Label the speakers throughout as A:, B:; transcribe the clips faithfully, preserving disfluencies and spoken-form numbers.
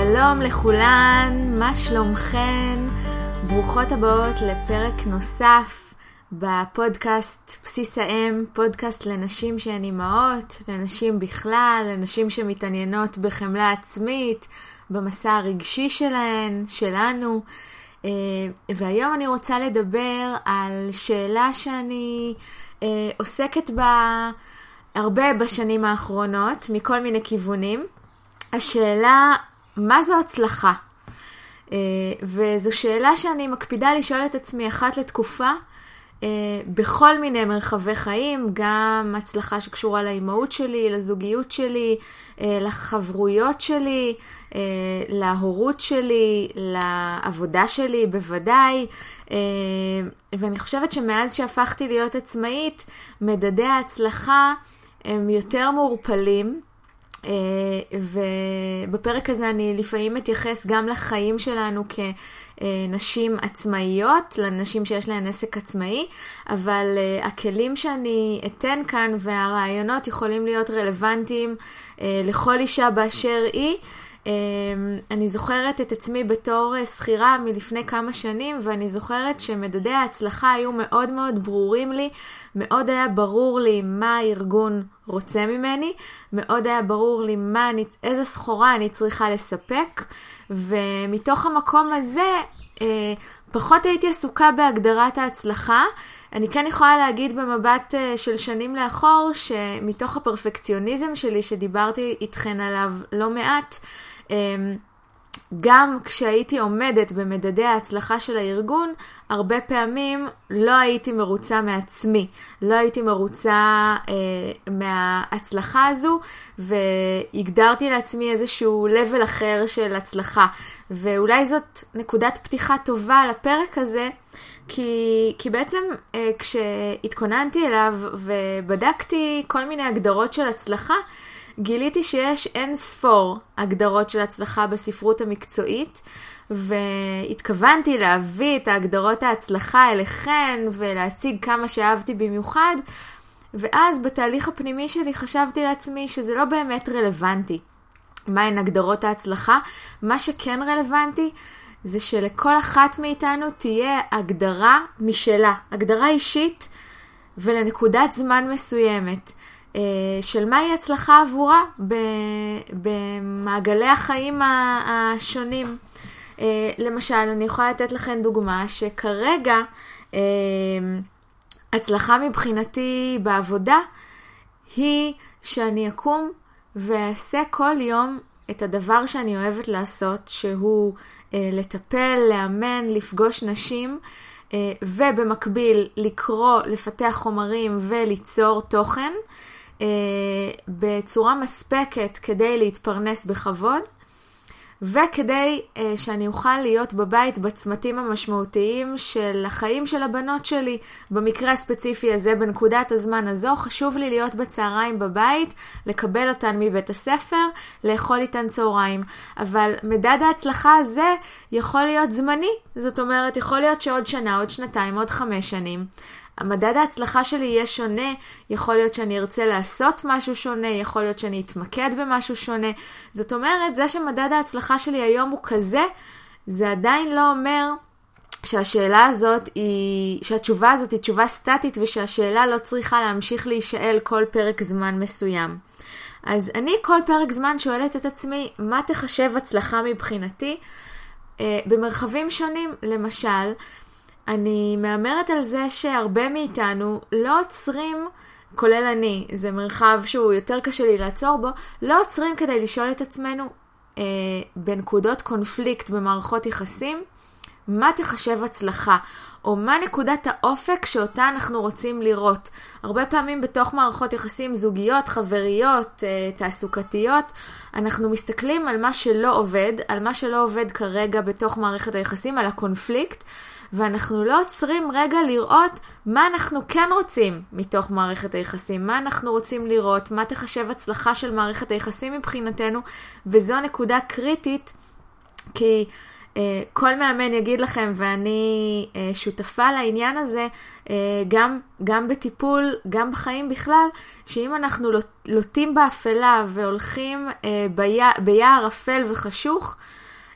A: שלום לכולן, מה שלומכן? ברוכות הבאות לפרק נוסף בפודקאסט בסיס האם, פודקאסט לנשים שהן אימהות, לנשים בכלל, לנשים שמתעניינות בחמלה עצמית, במסע הרגשי שלהן, שלנו. והיום אני רוצה לדבר על שאלה שאני עוסקת בה הרבה בשנים האחרונות, מכל מיני כיוונים. השאלה, מה זו הצלחה? וזו שאלה שאני מקפידה לשאול את עצמי אחת לתקופה, בכל מיני מרחבי חיים, גם הצלחה שקשורה לאימהות שלי, לזוגיות שלי, לחברויות שלי, להורות שלי, לעבודה שלי בוודאי. ואני חושבת שמאז שהפכתי להיות עצמאית, מדדי ההצלחה הם יותר מעורפלים, ובפרק הזה אני לפעמים מתייחס גם לחיים שלנו כנשים עצמאיות, לנשים שיש להן עסק עצמאי, אבל הכלים שאני אתן כאן והרעיונות יכולים להיות רלוונטיים לכל אישה באשר היא. אני זוכרת את עצמי בתור שכירה מלפני כמה שנים, ואני זוכרת שמדדי ההצלחה היו מאוד מאוד ברורים לי, מאוד היה ברור לי מה הארגון רוצה ממני, מאוד היה ברור לי מה אני, איזה סחורה אני צריכה לספק, ומתוך המקום הזה פחות הייתי עסוקה בהגדרת ההצלחה. אני כן יכולה להגיד במבט של שנים לאחור, שמתוך הפרפקציוניזם שלי שדיברתי איתכן עליו לא מעט, גם כשהייתי עומדת במדדי ההצלחה של הארגון, הרבה פעמים לא הייתי מרוצה מעצמי, לא הייתי מרוצה אה, מההצלחה הזו, והגדרתי לעצמי איזשהו level אחר של הצלחה. ואולי זאת נקודת פתיחה טובה לפרק הזה, כי, כי בעצם אה, כשהתכוננתי אליו ובדקתי כל מיני הגדרות של הצלחה, גיליתי שיש אין ספור הגדרות של הצלחה בספרות המקצועית, והתכוונתי להביא את ההגדרות ההצלחה אליכן ולהציג כמה שאהבתי במיוחד, ואז בתהליך הפנימי שלי חשבתי לעצמי שזה לא באמת רלוונטי. מהן הגדרות ההצלחה? מה שכן רלוונטי זה שלכל אחת מאיתנו תהיה הגדרה משלה, הגדרה אישית ולנקודת זמן מסוימת. של מהי הצלחה עבורה במעגלי החיים השונים. למשל, אני יכולה לתת לכם דוגמה שכרגע הצלחה מבחינתי בעבודה היא שאני אקום ואעשה כל יום את הדבר שאני אוהבת לעשות, שהוא לטפל, לאמן, לפגוש נשים, ובמקביל לקרוא, לפתח חומרים וליצור תוכן, בצורה מספקת כדי להתפרנס בכבוד, וכדי שאני אוכל להיות בבית בצמתים המשמעותיים של החיים של הבנות שלי. במקרה הספציפי הזה, בנקודת הזמן הזו, חשוב לי להיות בצהריים בבית, לקבל אותן מבית הספר, לאכול איתן צהריים. אבל מדד ההצלחה הזה יכול להיות זמני, זאת אומרת, יכול להיות שעוד שנה, עוד שנתיים, עוד חמש שנים. המדד ההצלחה שלי יהיה שונה, יכול להיות שאני ארצה לעשות משהו שונה, יכול להיות שאני אתמקד במשהו שונה. זאת אומרת, זה שמדד ההצלחה שלי היום הוא כזה, זה עדיין לא אומר שהשאלה הזאת היא, שהתשובה הזאת היא תשובה סטטית, ושהשאלה לא צריכה להמשיך להישאל כל פרק זמן מסוים. אז אני כל פרק זמן שואלת את עצמי, מה תחשב הצלחה מבחינתי? במרחבים שונים, למשל, אני מאמרת על זה שהרבה מאיתנו לא עוצרים, כולל אני, זה מרחב שהוא יותר קשה לי לעצור בו, לא עוצרים כדי לשאול את עצמנו אה, בנקודות קונפליקט במערכות יחסים, מה תחשב הצלחה, או מה נקודת האופק שאותה אנחנו רוצים לראות. הרבה פעמים בתוך מערכות יחסים זוגיות, חבריות, אה, תעסוקתיות, אנחנו מסתכלים על מה שלא עובד, על מה שלא עובד כרגע בתוך מערכת היחסים, על הקונפליקט, ואנחנו לא עוצרים רגע לראות מה אנחנו כן רוצים מתוך מערכת היחסים, מה אנחנו רוצים לראות, מה תחשב הצלחה של מערכת היחסים מבחינתנו, וזו נקודה קריטית, כי אה, כל מאמן יגיד לכם, ואני אה, שותפה לעניין הזה, אה, גם, גם בטיפול, גם בחיים בכלל, שאם אנחנו לוטים באפלה והולכים אה, ביער, ביער אפל וחשוך,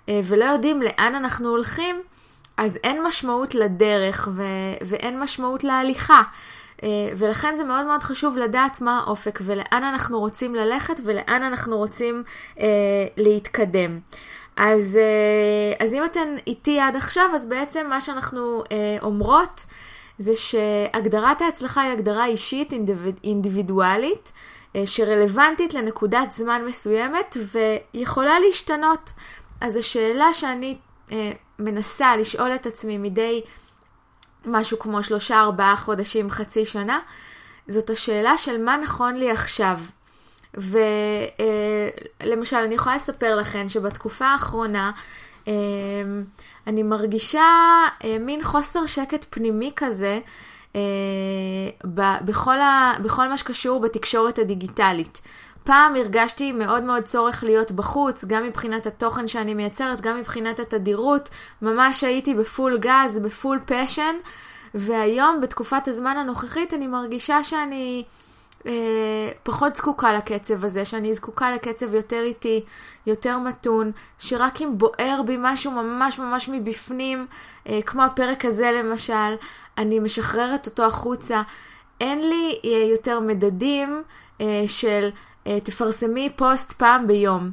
A: ולא יודעים לאן אנחנו הולכים, אז אין משמעות לדרך ו- ואין משמעות להליכה. ולכן זה מאוד מאוד חשוב לדעת מה האופק ולאן אנחנו רוצים ללכת ולאן אנחנו רוצים להתקדם. אז, אז אם אתן איתי עד עכשיו, אז בעצם מה שאנחנו אומרות זה שהגדרת ההצלחה היא הגדרה אישית, אינדיבידואלית, שרלוונטית לנקודת זמן מסוימת ויכולה להשתנות. אז השאלה שאני מנסה לשאול את עצמי מדי משהו כמו שלושה, ארבעה חודשים, חצי שנה, זאת השאלה של מה נכון לי עכשיו. ולמשל, אני יכולה לספר לכם שבתקופה האחרונה, אני מרגישה מין חוסר שקט פנימי כזה, בכל, ה, בכל מה שקשור בתקשורת הדיגיטלית. פעם הרגשתי מאוד מאוד צורך להיות בחוץ, גם מבחינת התוכן שאני מייצרת, גם מבחינת התדירות, ממש הייתי בפול גז, בפול פשן, והיום בתקופת הזמן הנוכחית אני מרגישה שאני אה, פחות זקוקה לקצב הזה, שאני זקוקה לקצב יותר איטי, יותר מתון, שרק אם בוער בי משהו ממש ממש מבפנים, אה, כמו הפרק הזה למשל, אני משחררת אותו החוצה. אין לי אה, יותר מדדים אה, של תפרסמי פוסט פעם ביום,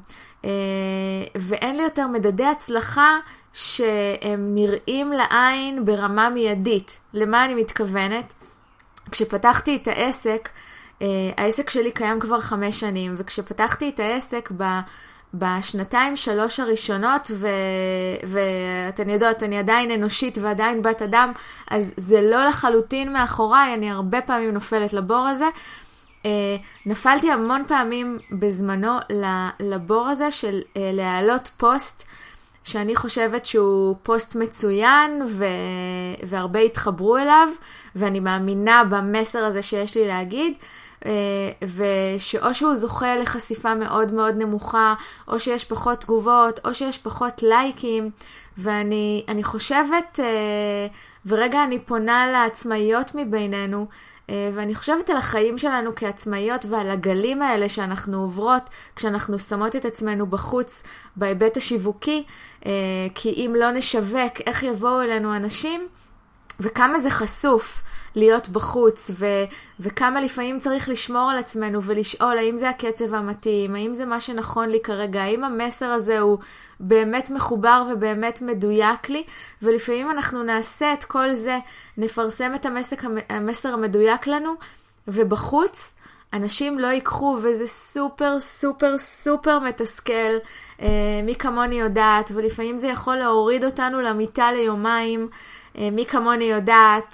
A: ואין לי יותר מדדי הצלחה שהם נראים לעין ברמה מיידית. למה אני מתכוונת? כשפתחתי את העסק, העסק שלי קיים כבר חמש שנים, וכשפתחתי את העסק ב... בשנתיים שלוש הראשונות, ו... ואתן יודעות, אני עדיין אנושית ועדיין בת אדם, אז זה לא לחלוטין מאחוריי, אני הרבה פעמים נופלת לבור הזה, Uh, נפלתי המון פעמים בזמנו לבור הזה של uh, להעלות פוסט שאני חושבת שהוא פוסט מצוין ו- והרבה התחברו אליו, ואני מאמינה במסר הזה שיש לי להגיד, uh, ושאו שהוא זוכה לחשיפה מאוד מאוד נמוכה, או שיש פחות תגובות, או שיש פחות לייקים, ואני אני חושבת, uh, ורגע אני פונה לעצמאיות מבינינו, ואני חושבת על החיים שלנו כעצמאיות ועל הגלים האלה שאנחנו עוברות כשאנחנו שמות את עצמנו בחוץ בהיבט השיווקי, כי אם לא נשווק, איך יבואו אלינו אנשים, וכמה זה חשוף להיות בחוץ, ו- וכמה לפעמים צריך לשמור על עצמנו ולשאול האם זה הקצב המתאים, האם זה מה שנכון לי כרגע, האם המסר הזה הוא באמת מחובר ובאמת מדויק לי, ולפעמים אנחנו נעשה את כל זה, נפרסם את המסר, המסר המדויק לנו, ובחוץ אנשים לא ייקחו, וזה סופר סופר סופר מתסכל, אה, מי כמוני יודעת, ולפעמים זה יכול להוריד אותנו למיטה ליומיים, מי כמוני יודעת,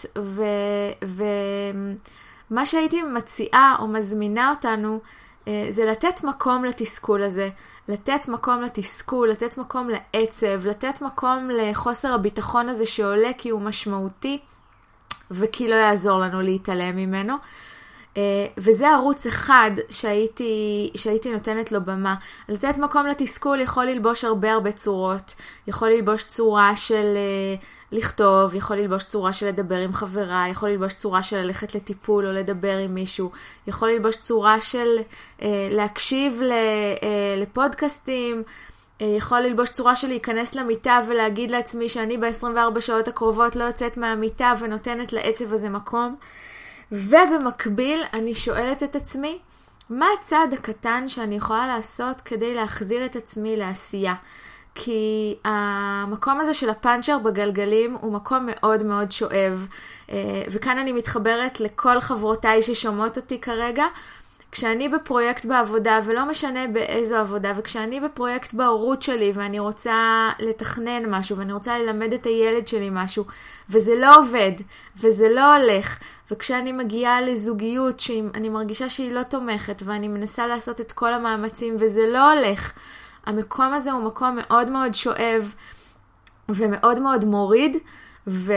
A: ומה שהייתי מציעה או מזמינה אותנו, זה לתת מקום לתסכול הזה, לתת מקום לתסכול, לתת מקום לעצב, לתת מקום לחוסר הביטחון הזה שעולה כי הוא משמעותי, וכי לא יעזור לנו להתעלם ממנו. וזה ערוץ אחד שהייתי, שהייתי נותנת לו במה. לתת מקום לתסכול יכול ללבוש הרבה הרבה צורות, יכול ללבוש צורה של לכתוב, יכול ללבוש צורה של לדבר עם חברה, יכול ללבוש צורה של ללכת לטיפול או לדבר עם מישהו, יכול ללבוש צורה של אה, להקשיב ל, אה, לפודקאסטים, אה, יכול ללבוש צורה של להיכנס למיטה ולהגיד לעצמי שאני ב-עשרים וארבע שעות הקרובות לא יוצאת מהמיטה ונותנת לעצב הזה מקום. ובמקביל אני שואלת את עצמי, מה הצעד הקטן שאני יכולה לעשות כדי להחזיר את עצמי לעשייה? כי המקום הזה של הפאנצ'ר בגלגלים הוא מקום מאוד מאוד שואב, וכאן אני מתחברת לכל חברותיי ששומעות אותי כרגע, כשאני בפרויקט בעבודה, ולא משנה באיזו עבודה, וכשאני בפרויקט בהורות שלי, ואני רוצה לתכנן משהו, ואני רוצה ללמד את הילד שלי משהו, וזה לא עובד, וזה לא הולך, וכשאני מגיעה לזוגיות, שאני מרגישה שהיא לא תומכת, ואני מנסה לעשות את כל המאמצים, וזה לא הולך, המקום הזה הוא מקום מאוד מאוד שואב, ומאוד מאוד מוריד, ו...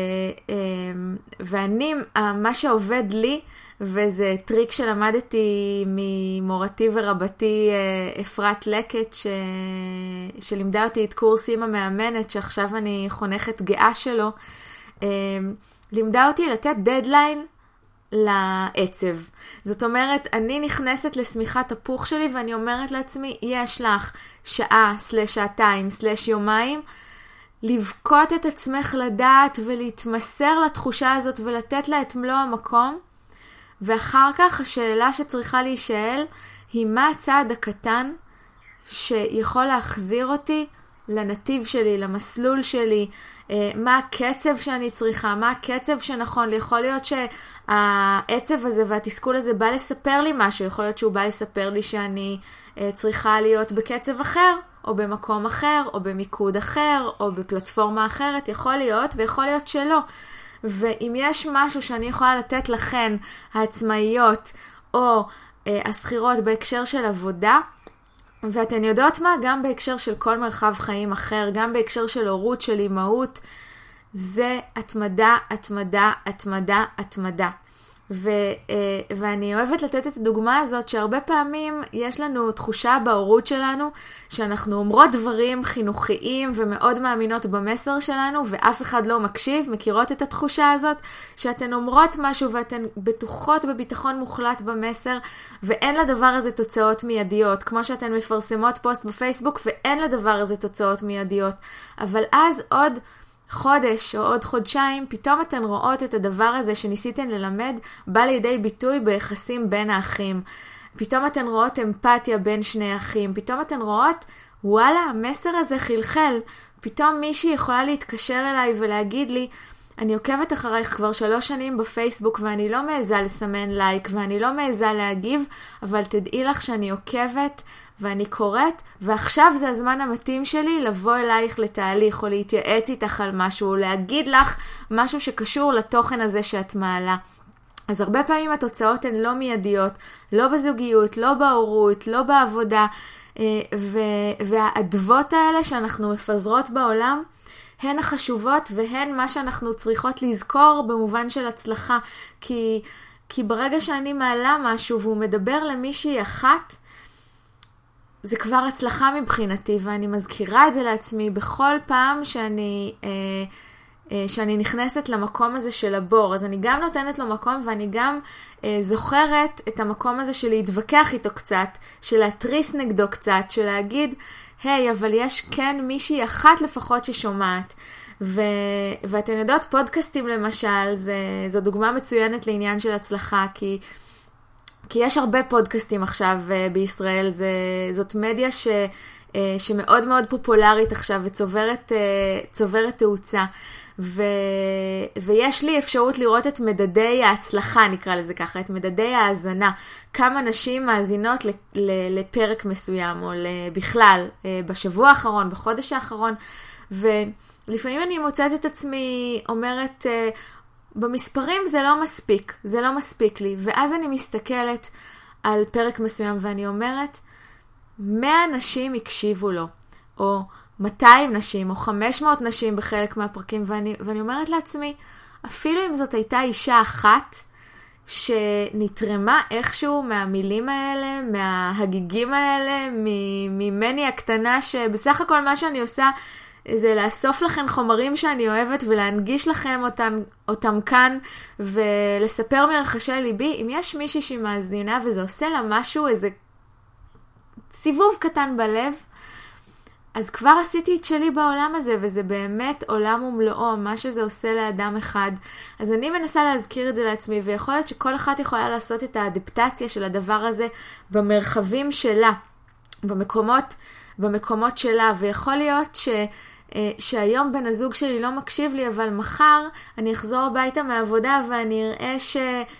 A: ואני, מה שעובד לי, וזה טריק שלמדתי ממורתי ורבתי אפרת לקט, ש... שלימדה אותי את קורס אימא מאמנת, שעכשיו אני חונכת גאה שלו, לימדה אותי לתת דדליין לעצב. זאת אומרת, אני נכנסת לשמיכת הפוך שלי ואני אומרת לעצמי, יש לך שעה, סלש שעתיים, סלש יומיים, לבכות את עצמך לדעת ולהתמסר לתחושה הזאת ולתת לה את מלוא המקום. ואחר כך השאלה שצריכה להישאל היא מה הצעד הקטן שיכול להחזיר אותי לנתיב שלי, למסלול שלי, מה הקצב שאני צריכה, מה הקצב שנכון לי. יכול להיות שהעצב הזה והתסכול הזה בא לספר לי משהו, יכול להיות שהוא בא לספר לי שאני צריכה להיות בקצב אחר, או במקום אחר, או במיקוד אחר, או בפלטפורמה אחרת, יכול להיות, ויכול להיות שלא. ואם יש משהו שאני יכולה לתת לכן, העצמאיות, או אה, הסחירות בהקשר של עבודה, ואתן יודעות מה? גם בהקשר של כל מרחב חיים אחר, גם בהקשר של הורות, של אימהות, זה התמדה, התמדה, התמדה, התמדה. ו, ואני אוהבת לתת את הדוגמה הזאת שהרבה פעמים יש לנו תחושה בהורות שלנו שאנחנו אומרות דברים חינוכיים ומאוד מאמינות במסר שלנו ואף אחד לא מקשיב. מכירות את התחושה הזאת שאתן אומרות משהו ואתן בטוחות בביטחון מוחלט במסר ואין לדבר הזה תוצאות מיידיות, כמו שאתן מפרסמות פוסט בפייסבוק ואין לדבר הזה תוצאות מיידיות, אבל אז עוד חודש או עוד חודשיים, פתאום אתן רואות את הדבר הזה שניסיתן ללמד, בא לידי ביטוי ביחסים בין האחים. פתאום אתן רואות אמפתיה בין שני אחים. פתאום אתן רואות, וואלה, המסר הזה חלחל. פתאום מישהי יכולה להתקשר אליי ולהגיד לי, אני עוקבת אחרייך כבר שלוש שנים בפייסבוק, ואני לא מעיזה לסמן לייק, ואני לא מעיזה להגיב, אבל תדעי לך שאני עוקבת, ואני קוראת, ועכשיו זה הזמן המתאים שלי לבוא אלייך לתהליך, או להתייעץ איתך על משהו, או להגיד לך משהו שקשור לתוכן הזה שאת מעלה. אז הרבה פעמים התוצאות הן לא מיידיות, לא בזוגיות, לא בהורות, לא בעבודה, והאדוות האלה שאנחנו מפזרות בעולם, הן החשובות והן מה שאנחנו צריכות לזכור במובן של הצלחה. כי, כי ברגע שאני מעלה משהו והוא מדבר למישהי אחת, זה כבר הצלחה מבחינתי, ואני מזכירה את זה לעצמי בכל פעם שאני, אה, אה, שאני נכנסת למקום הזה של הבור. אז אני גם נותנת לו מקום, ואני גם אה, זוכרת את המקום הזה של להתווכח איתו קצת, של להתריס נגדו קצת, של להגיד, היי, אבל יש כן מישהי אחת לפחות ששומעת. ו... ואתן יודעות, פודקאסטים למשל, זה... זו דוגמה מצוינת לעניין של הצלחה, כי... כי יש הרבה פודקאסטים עכשיו בישראל, זה, זאת מדיה ש, שמאוד מאוד פופולרית עכשיו וצוברת צוברת תאוצה. ו, ויש לי אפשרות לראות את מדדי ההצלחה, נקרא לזה ככה, את מדדי ההאזנה. כמה נשים מאזינות ל, ל, לפרק מסוים, או בכלל, בשבוע האחרון, בחודש האחרון. ולפעמים אני מוצאת את עצמי אומרת, במספרים זה לא מספיק, זה לא מספיק לי. ואז אני מסתכלת על פרק מסוים ואני אומרת, מאה נשים הקשיבו לו, או מאתיים נשים, או חמש מאות נשים בחלק מהפרקים, ואני, ואני אומרת לעצמי, אפילו אם זאת הייתה אישה אחת, שנתרמה איכשהו מהמילים האלה, מההגיגים האלה, ממני הקטנה, שבסך הכל מה שאני עושה, זה לאסוף לכם חומרים שאני אוהבת ולהנגיש לכם אותם, אותם כאן ולספר מרחשי ליבי. אם יש מישהי שהיא מאזינה וזה עושה לה משהו, איזה סיבוב קטן בלב, אז כבר עשיתי את שלי בעולם הזה, וזה באמת עולם ומלואו, מה שזה עושה לאדם אחד. אז אני מנסה להזכיר את זה לעצמי, ויכול להיות שכל אחת יכולה לעשות את האדפטציה של הדבר הזה במרחבים שלה, במקומות, במקומות שלה, ויכול להיות ש... שהיום בן הזוג שלי לא מקשיב לי, אבל מחר אני אחזור הביתה מהעבודה ואני אראה ש...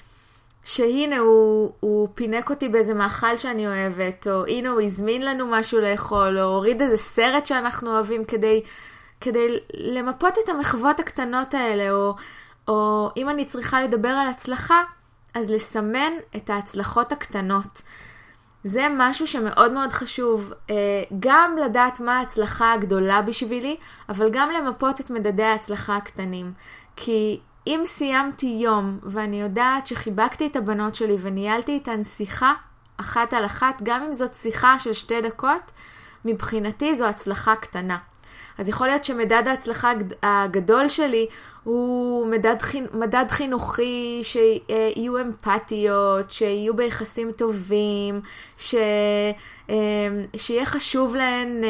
A: שהנה הוא, הוא פינק אותי באיזה מאכל שאני אוהבת, או הנה הוא הזמין לנו משהו לאכול, או הוריד איזה סרט שאנחנו אוהבים כדי, כדי למפות את המחוות הקטנות האלה, או, או אם אני צריכה לדבר על הצלחה, אז לסמן את ההצלחות הקטנות. זה משהו שמאוד מאוד חשוב, גם לדעת מה ההצלחה הגדולה בשבילי, אבל גם למפות את מדדי ההצלחה הקטנים. כי אם סיימתי יום ואני יודעת שחיבקתי את הבנות שלי וניהלתי איתן שיחה אחת על אחת, גם אם זאת שיחה של שתי דקות, מבחינתי זו הצלחה קטנה. אז יכול להיות שמדד ההצלחה הגדול שלי הוא מדד, מדד חינוכי, שיהיו אמפתיות, שיהיו ביחסים טובים, ש, שיהיה חשוב להן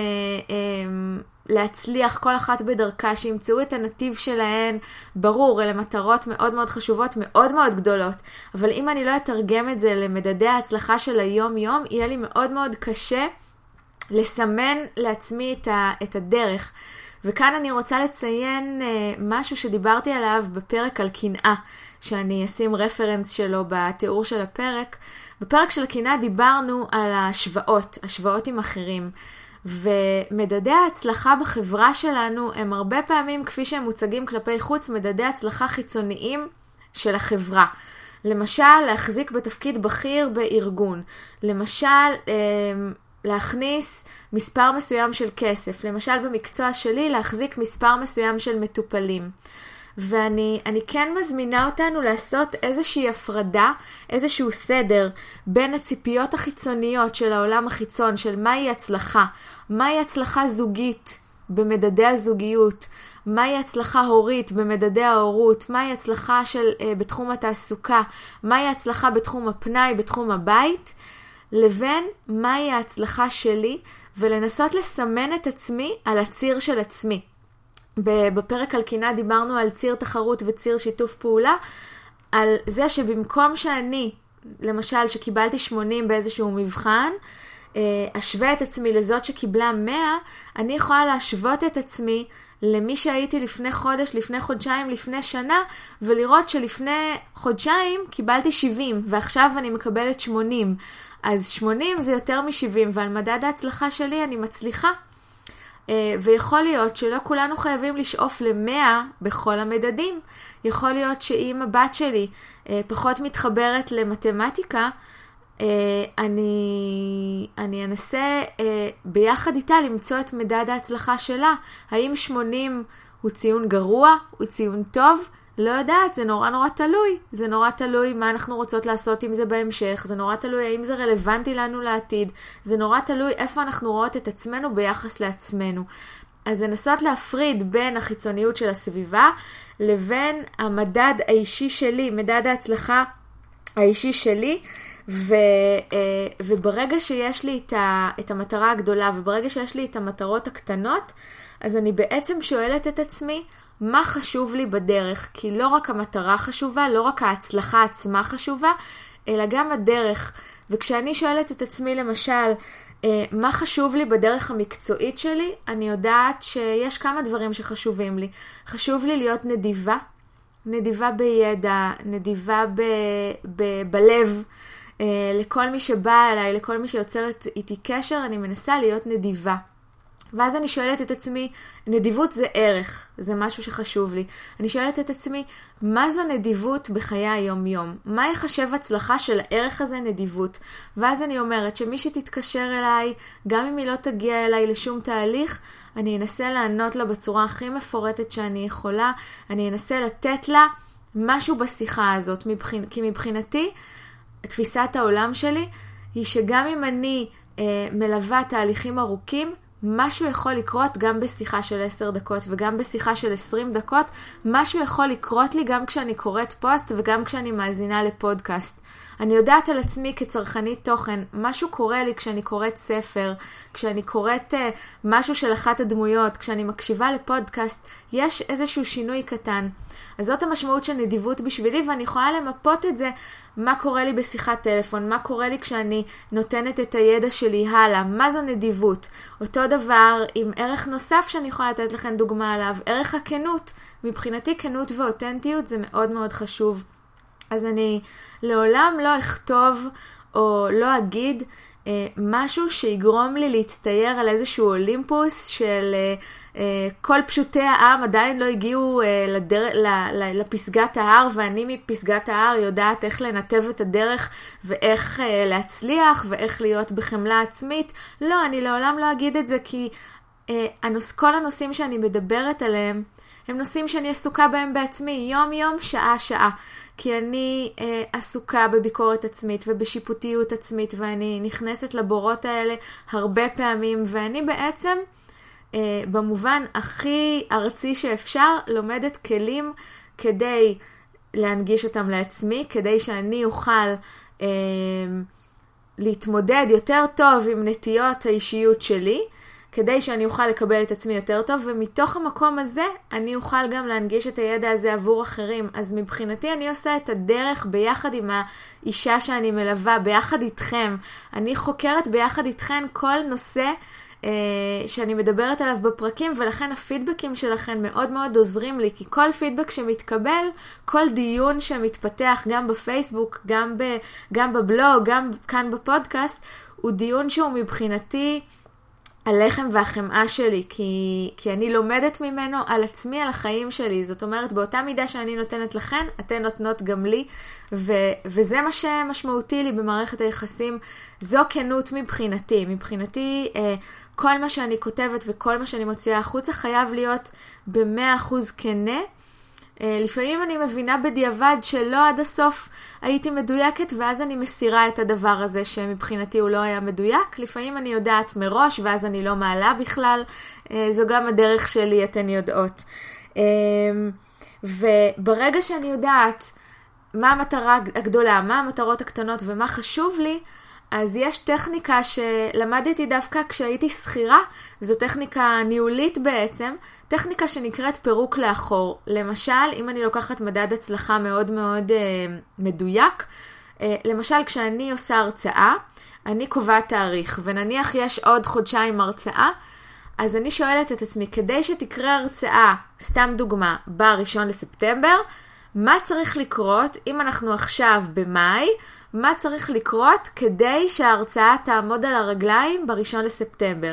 A: להצליח כל אחת בדרכה, שימצאו את הנתיב שלהן. ברור, אלה מטרות מאוד מאוד חשובות, מאוד מאוד גדולות, אבל אם אני לא אתרגם את זה למדדי ההצלחה של היום יום, יהיה לי מאוד מאוד קשה לסמן לעצמי את, ה, את הדרך. וכאן אני רוצה לציין uh, משהו שדיברתי עליו בפרק על קנאה, שאני אשים רפרנס שלו בתיאור של הפרק. בפרק של הקנאה דיברנו על השוואות, השוואות עם אחרים. ומדדי ההצלחה בחברה שלנו הם הרבה פעמים, כפי שהם מוצגים כלפי חוץ, מדדי הצלחה חיצוניים של החברה. למשל, להחזיק בתפקיד בכיר בארגון. למשל, להכניס מספר מסוים של כסף. למשל, במקצוע שלי, להחזיק מספר מסוים של מטופלים. ואני אני כן מזמינה אותנו לעשות איזושהי הפרדה, איזשהו סדר בין הציפיות החיצוניות של העולם החיצון, של מהי הצלחה, מהי הצלחה זוגית במדדי הזוגיות, מהי הצלחה הורית במדדי ההורות, מהי הצלחה של, uh, בתחום התעסוקה, מהי הצלחה בתחום הפנאי, בתחום הבית, לבין מהי ההצלחה שלי, ולנסות לסמן את עצמי על הציר של עצמי. בפרק על קנאה דיברנו על ציר תחרות וציר שיתוף פעולה, על זה שבמקום שאני, למשל שקיבלתי שמונים באיזשהו מבחן, אשווה את עצמי לזאת שקיבלה מאה, אני יכולה להשוות את עצמי למי שהייתי לפני חודש, לפני חודשיים, לפני שנה, ולראות שלפני חודשיים קיבלתי שבעים, ועכשיו אני מקבלת שמונים. אז שמונים זה יותר מ-שבעים, ועל מדד ההצלחה שלי אני מצליחה. ויכול להיות שלא כולנו חייבים לשאוף ל-מאה בכל המדדים. יכול להיות שאם הבת שלי פחות מתחברת למתמטיקה, אני, אני אנסה ביחד איתה למצוא את מדד ההצלחה שלה. האם שמונים הוא ציון גרוע? הוא ציון טוב? לא יודעת, זה נורא נורא תלוי. זה נורא תלוי מה אנחנו רוצות לעשות עם זה בהמשך. זה נורא תלוי האם זה רלוונטי לנו לעתיד. זה נורא תלוי איפה אנחנו רואות את עצמנו ביחס לעצמנו. אז לנסות להפריד בין החיצוניות של הסביבה לבין המדד האישי שלי, מדד ההצלחה האישי שלי, ו, וברגע שיש לי את, ה, את המטרה הגדולה, וברגע שיש לי את המטרות הקטנות, אז אני בעצם שואלת את עצמי, מה חשוב לי בדרך? כי לא רק המטרה חשובה, לא רק ההצלחה עצמה חשובה, אלא גם הדרך. וכשאני שואלת את עצמי למשל, מה חשוב לי בדרך המקצועית שלי, אני יודעת שיש כמה דברים שחשובים לי. חשוב לי להיות נדיבה, נדיבה בידע, נדיבה ב, ב, בלב, לכל מי שבא אליי, לכל מי שיוצרת איתי קשר, אני מנסה להיות נדיבה. ואז אני שואלת את עצמי, נדיבות זה ערך, זה משהו שחשוב לי. אני שואלת את עצמי, מה זו נדיבות בחיי היום-יום? מה יחשב הצלחה של הערך הזה נדיבות? ואז אני אומרת שמי שתתקשר אליי, גם אם היא לא תגיע אליי לשום תהליך, אני אנסה לענות לה בצורה הכי מפורטת שאני יכולה, אני אנסה לתת לה משהו בשיחה הזאת, מבחינ... כי מבחינתי, תפיסת העולם שלי היא שגם אם אני אה, מלווה תהליכים ארוכים, משהו יכול לקרות גם בשיחה של עשר דקות וגם בשיחה של עשרים דקות, משהו יכול לקרות לי גם כשאני קוראת פוסט וגם כשאני מאזינה לפודקאסט. אני יודעת על עצמי כצרכנית תוכן, משהו קורה לי כשאני קוראת ספר, כשאני קוראת uh, משהו של אחת הדמויות, כשאני מקשיבה לפודקאסט, יש איזשהו שינוי קטן. אז זאת המשמעות של נדיבות בשבילי, ואני יכולה למפות את זה, מה קורה לי בשיחת טלפון, מה קורה לי כשאני נותנת את הידע שלי הלאה, מה זו נדיבות. אותו דבר עם ערך נוסף שאני יכולה לתת לכם דוגמה עליו, ערך הכנות. מבחינתי כנות ואותנטיות זה מאוד מאוד חשוב. אז אני לעולם לא אכתוב או לא אגיד אה, משהו שיגרום לי להצטייר על איזשהו אולימפוס של אה, אה, כל פשוטי העם עדיין לא הגיעו אה, לדר... ל... ל... לפסגת ההר, ואני מפסגת ההר יודעת איך לנתב את הדרך ואיך אה, להצליח ואיך להיות בחמלה עצמית. לא, אני לעולם לא אגיד את זה, כי אה, הנוס... כל הנושאים שאני מדברת עליהם הם נושאים שאני עסוקה בהם בעצמי יום יום, שעה שעה. כי אני אה, עסוקה בביקורת עצמית ובשיפוטיות עצמית, ואני נכנסת לבורות האלה הרבה פעמים, ואני בעצם אה, במובן הכי ארצי שאפשר, לומדת כלים כדי להנגיש אותם לעצמי, כדי שאני אוכל אה, להתמודד יותר טוב עם נטיות האישיות שלי, כדי שאני אוכל לקבל את עצמי יותר טוב, ומתוך המקום הזה אני אוכל גם להנגיש את הידע הזה עבור אחרים. אז מבחינתי אני עושה את הדרך ביחד עם האישה שאני מלווה, ביחד איתכם. אני חוקרת ביחד איתכם כל נושא אה, שאני מדברת עליו בפרקים, ולכן הפידבקים שלכם מאוד מאוד עוזרים לי, כי כל פידבק שמתקבל, כל דיון שמתפתח גם בפייסבוק, גם, ב, גם בבלוג, גם כאן בפודקאסט, הוא דיון שהוא מבחינתי הלחם והחמאה שלי, כי, כי אני לומדת ממנו על עצמי, על החיים שלי. זאת אומרת, באותה מידה שאני נותנת לכן, אתן נותנות גם לי, ו, וזה מה שמשמעותי לי במערכת היחסים. זו כנות מבחינתי. מבחינתי, אה, כל מה שאני כותבת וכל מה שאני מוציאה החוצה חייב להיות ב-מאה אחוז כנה. לפעמים אני מבינה בדיעבד שלא עד הסוף הייתי מדויקת, ואז אני מסירה את הדבר הזה שמבחינתי הוא לא היה מדויק. לפעמים אני יודעת מראש, ואז אני לא מעלה בכלל. זו גם הדרך שלי, אתן יודעות. וברגע שאני יודעת מה המטרה הגדולה, מה המטרות הקטנות ומה חשוב לי, אז יש טכניקה שלמדתי דווקא כשהייתי שכירה, וזו טכניקה ניהולית בעצם, טכניקה שנקראת פירוק לאחור. למשל, אם אני לוקחת מדד הצלחה מאוד מאוד אה, מדויק, אה, למשל כשאני עושה הרצאה, אני קובעת תאריך, ונניח יש עוד חודשיים הרצאה, אז אני שואלת את עצמי, כדי שתקרה הרצאה, סתם דוגמה, בראשון לספטמבר, מה צריך לקרות אם אנחנו עכשיו במאי, מה צריך לקרות כדי שההרצאה תעמוד על הרגליים בראשון לספטמבר.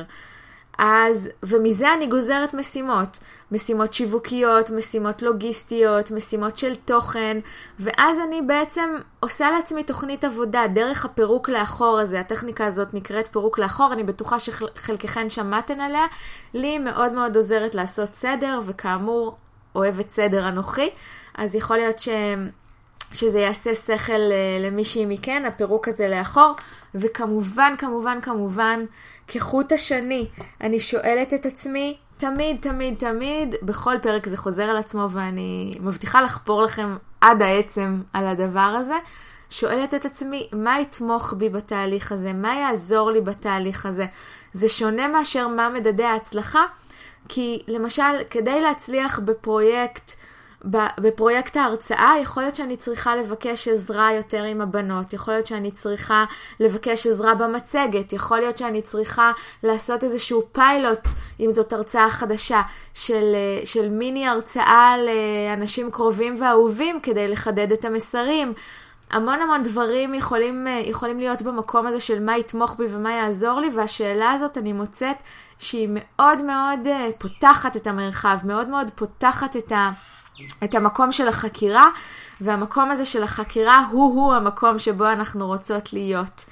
A: אז, ומזה אני גוזרת משימות, משימות שיווקיות, משימות לוגיסטיות, משימות של תוכן, ואז אני בעצם עושה לעצמי תוכנית עבודה דרך הפירוק לאחור הזה. הטכניקה הזאת נקראת פירוק לאחור, אני בטוחה שחלקכן שמעתן עליה. לי מאוד מאוד עוזרת לעשות סדר, וכאמור אוהבת סדר אנוכי, אז יכול להיות ש... שזה יעשה שכל למישהי מכן, הפירוק הזה לאחור. וכמובן, כמובן, כמובן, כחוט השני, אני שואלת את עצמי, תמיד, תמיד, תמיד, בכל פרק זה חוזר על עצמו, ואני מבטיחה לחפור לכם עד העצם על הדבר הזה, שואלת את עצמי, מה יתמוך בי בתהליך הזה? מה יעזור לי בתהליך הזה? זה שונה מאשר מה מדדי ההצלחה, כי למשל, כדי להצליח בפרויקט, בפרויקט ההרצאה, יכול להיות שאני צריכה לבקש עזרה יותר עם הבנות, יכול להיות שאני צריכה לבקש עזרה במצגת, יכול להיות שאני צריכה לעשות איזשהו פיילוט, אם זאת הרצאה חדשה, של, של מיני הרצאה לאנשים קרובים ואהובים, כדי לחדד את המסרים. המון המון דברים יכולים, יכולים להיות במקום הזה של מה יתמוך בי ומה יעזור לי, והשאלה הזאת אני מוצאת שהיא מאוד מאוד פותחת את המרחב, מאוד מאוד פותחת את ה... את המקום של החקירה, והמקום הזה של החקירה הוא-הוא המקום שבו אנחנו רוצות להיות.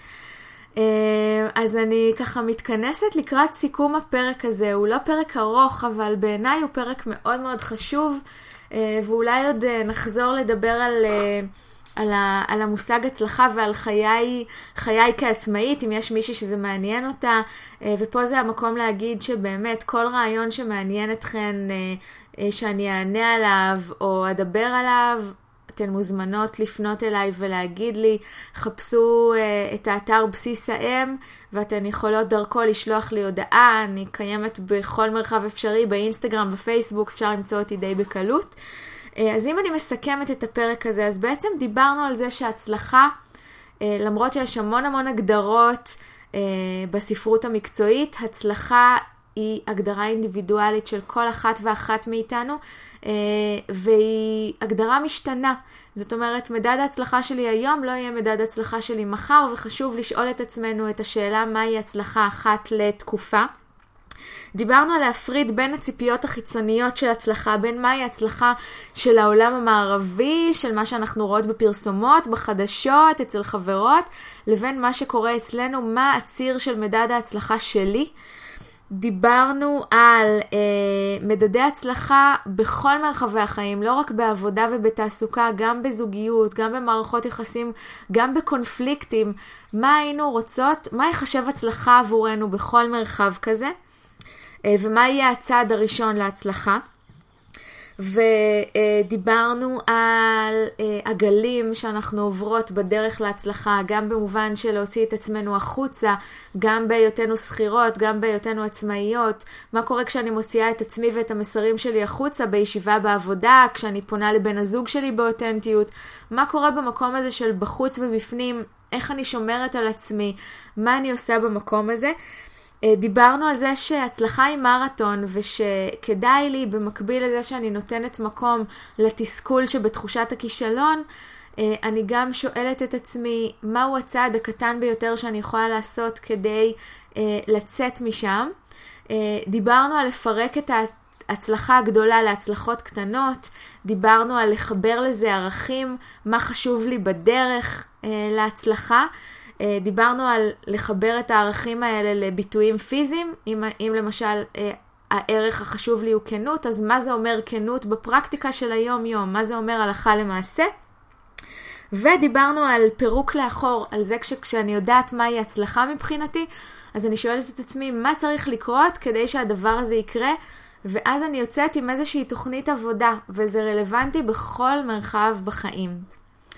A: אז אני ככה מתכנסת לקראת סיכום הפרק הזה. הוא לא פרק ארוך, אבל בעיניי הוא פרק מאוד מאוד חשוב, ואולי עוד נחזור לדבר על, על, ה, על המושג הצלחה ועל חיי, חיי כעצמאית, אם יש מישהי שזה מעניין אותה. ופה זה המקום להגיד שבאמת כל רעיון שמעניין אתכן, שאני אענה עליו או אדבר עליו, אתן מוזמנות לפנות אליי ולהגיד לי, חפשו uh, את האתר בסיס האם, ואתן יכולות דרכו לשלוח לי הודעה. אני קיימת בכל מרחב אפשרי, באינסטגרם, בפייסבוק, אפשר למצוא אותי די בקלות. Uh, אז אם אני מסכמת את הפרק הזה, אז בעצם דיברנו על זה שההצלחה, uh, למרות שיש המון המון הגדרות uh, בספרות המקצועית, הצלחה היא הגדרה אינדיבידואלית של כל אחת ואחת מאיתנו, והיא הגדרה משתנה. זאת אומרת, מדד ההצלחה שלי היום לא יהיה מדד ההצלחה שלי מחר, וחשוב לשאול את עצמנו את השאלה מהי הצלחה אחת לתקופה. דיברנו על להפריד בין הציפיות החיצוניות של הצלחה, בין מהי הצלחה של העולם המערבי, של מה שאנחנו רואות בפרסומות, בחדשות, אצל חברות, לבין מה שקורה אצלנו, מה הציר של מדד ההצלחה שלי. דיברנו על אה, מדדי הצלחה בכל מרחבי החיים, לא רק בעבודה ובתעסוקה, גם בזוגיות, גם במערכות יחסים, גם בקונפליקטים. מה היינו רוצות, מה יחשב הצלחה עבורנו בכל מרחב כזה? ומה יהיה הצעד הראשון להצלחה. ודיברנו על הגלים שאנחנו עוברות בדרך להצלחה, גם במובן של להוציא את עצמנו החוצה, גם בהיותנו שכירות, גם בהיותנו עצמאיות, מה קורה כשאני מוציאה את עצמי ואת המסרים שלי החוצה, בישיבה בעבודה, כשאני פונה לבן הזוג שלי באותנטיות, מה קורה במקום הזה של בחוץ ובפנים, איך אני שומרת על עצמי, מה אני עושה במקום הזה. דיברנו על זה שהצלחה היא מרתון, ושכדאי לי במקביל לזה שאני נותנת מקום לתסכול שבתחושת הכישלון, אני גם שואלת את עצמי מהו הצעד הקטן ביותר שאני יכולה לעשות כדי לצאת משם. דיברנו על לפרק את ההצלחה הגדולה להצלחות קטנות, דיברנו על לחבר לזה ערכים, מה חשוב לי בדרך להצלחה, דיברנו על לחבר את הערכים האלה לביטויים פיזיים, אם, אם למשל הערך החשוב לי הוא כנות, אז מה זה אומר כנות בפרקטיקה של היום יום, מה זה אומר הלכה למעשה. ודיברנו על פירוק לאחור, על זה כשאני יודעת מהי הצלחה מבחינתי, אז אני שואלת את עצמי מה צריך לקרות כדי שהדבר הזה יקרה, ואז אני יוצאת עם איזושהי תוכנית עבודה, וזה רלוונטי בכל מרחב בחיים.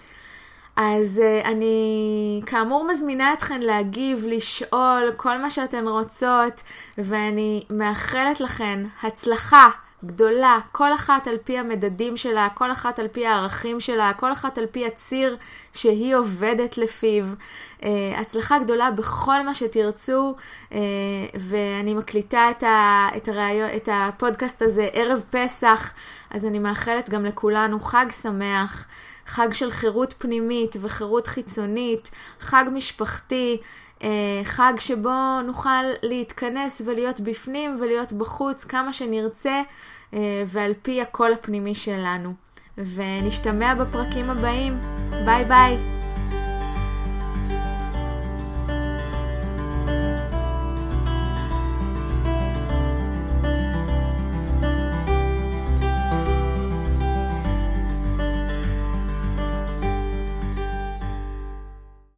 A: אז uh, אני כאמור מזמינה אתכן להגיב, לשאול, כל מה שאתן רוצות, ואני מאחלת לכן הצלחה גדולה, כל אחת על פי המדדים שלה, כל אחת על פי הערכים שלה, כל אחת על פי הציר שהיא עובדת לפיו. Uh, הצלחה גדולה בכל מה שתרצו, uh, ואני מקליטה את, ה, את, הרעיון, את הפודקאסט הזה ערב פסח, אז אני מאחלת גם לכולנו חג שמח, חג של חירות פנימית וחירות חיצונית, חג משפחתי, חג שבו נוכל להתכנס ולהיות בפנים ולהיות בחוץ כמה שנרצה, ועל פי הקול הפנימי שלנו. ונשתמע בפרקים הבאים. ביי ביי.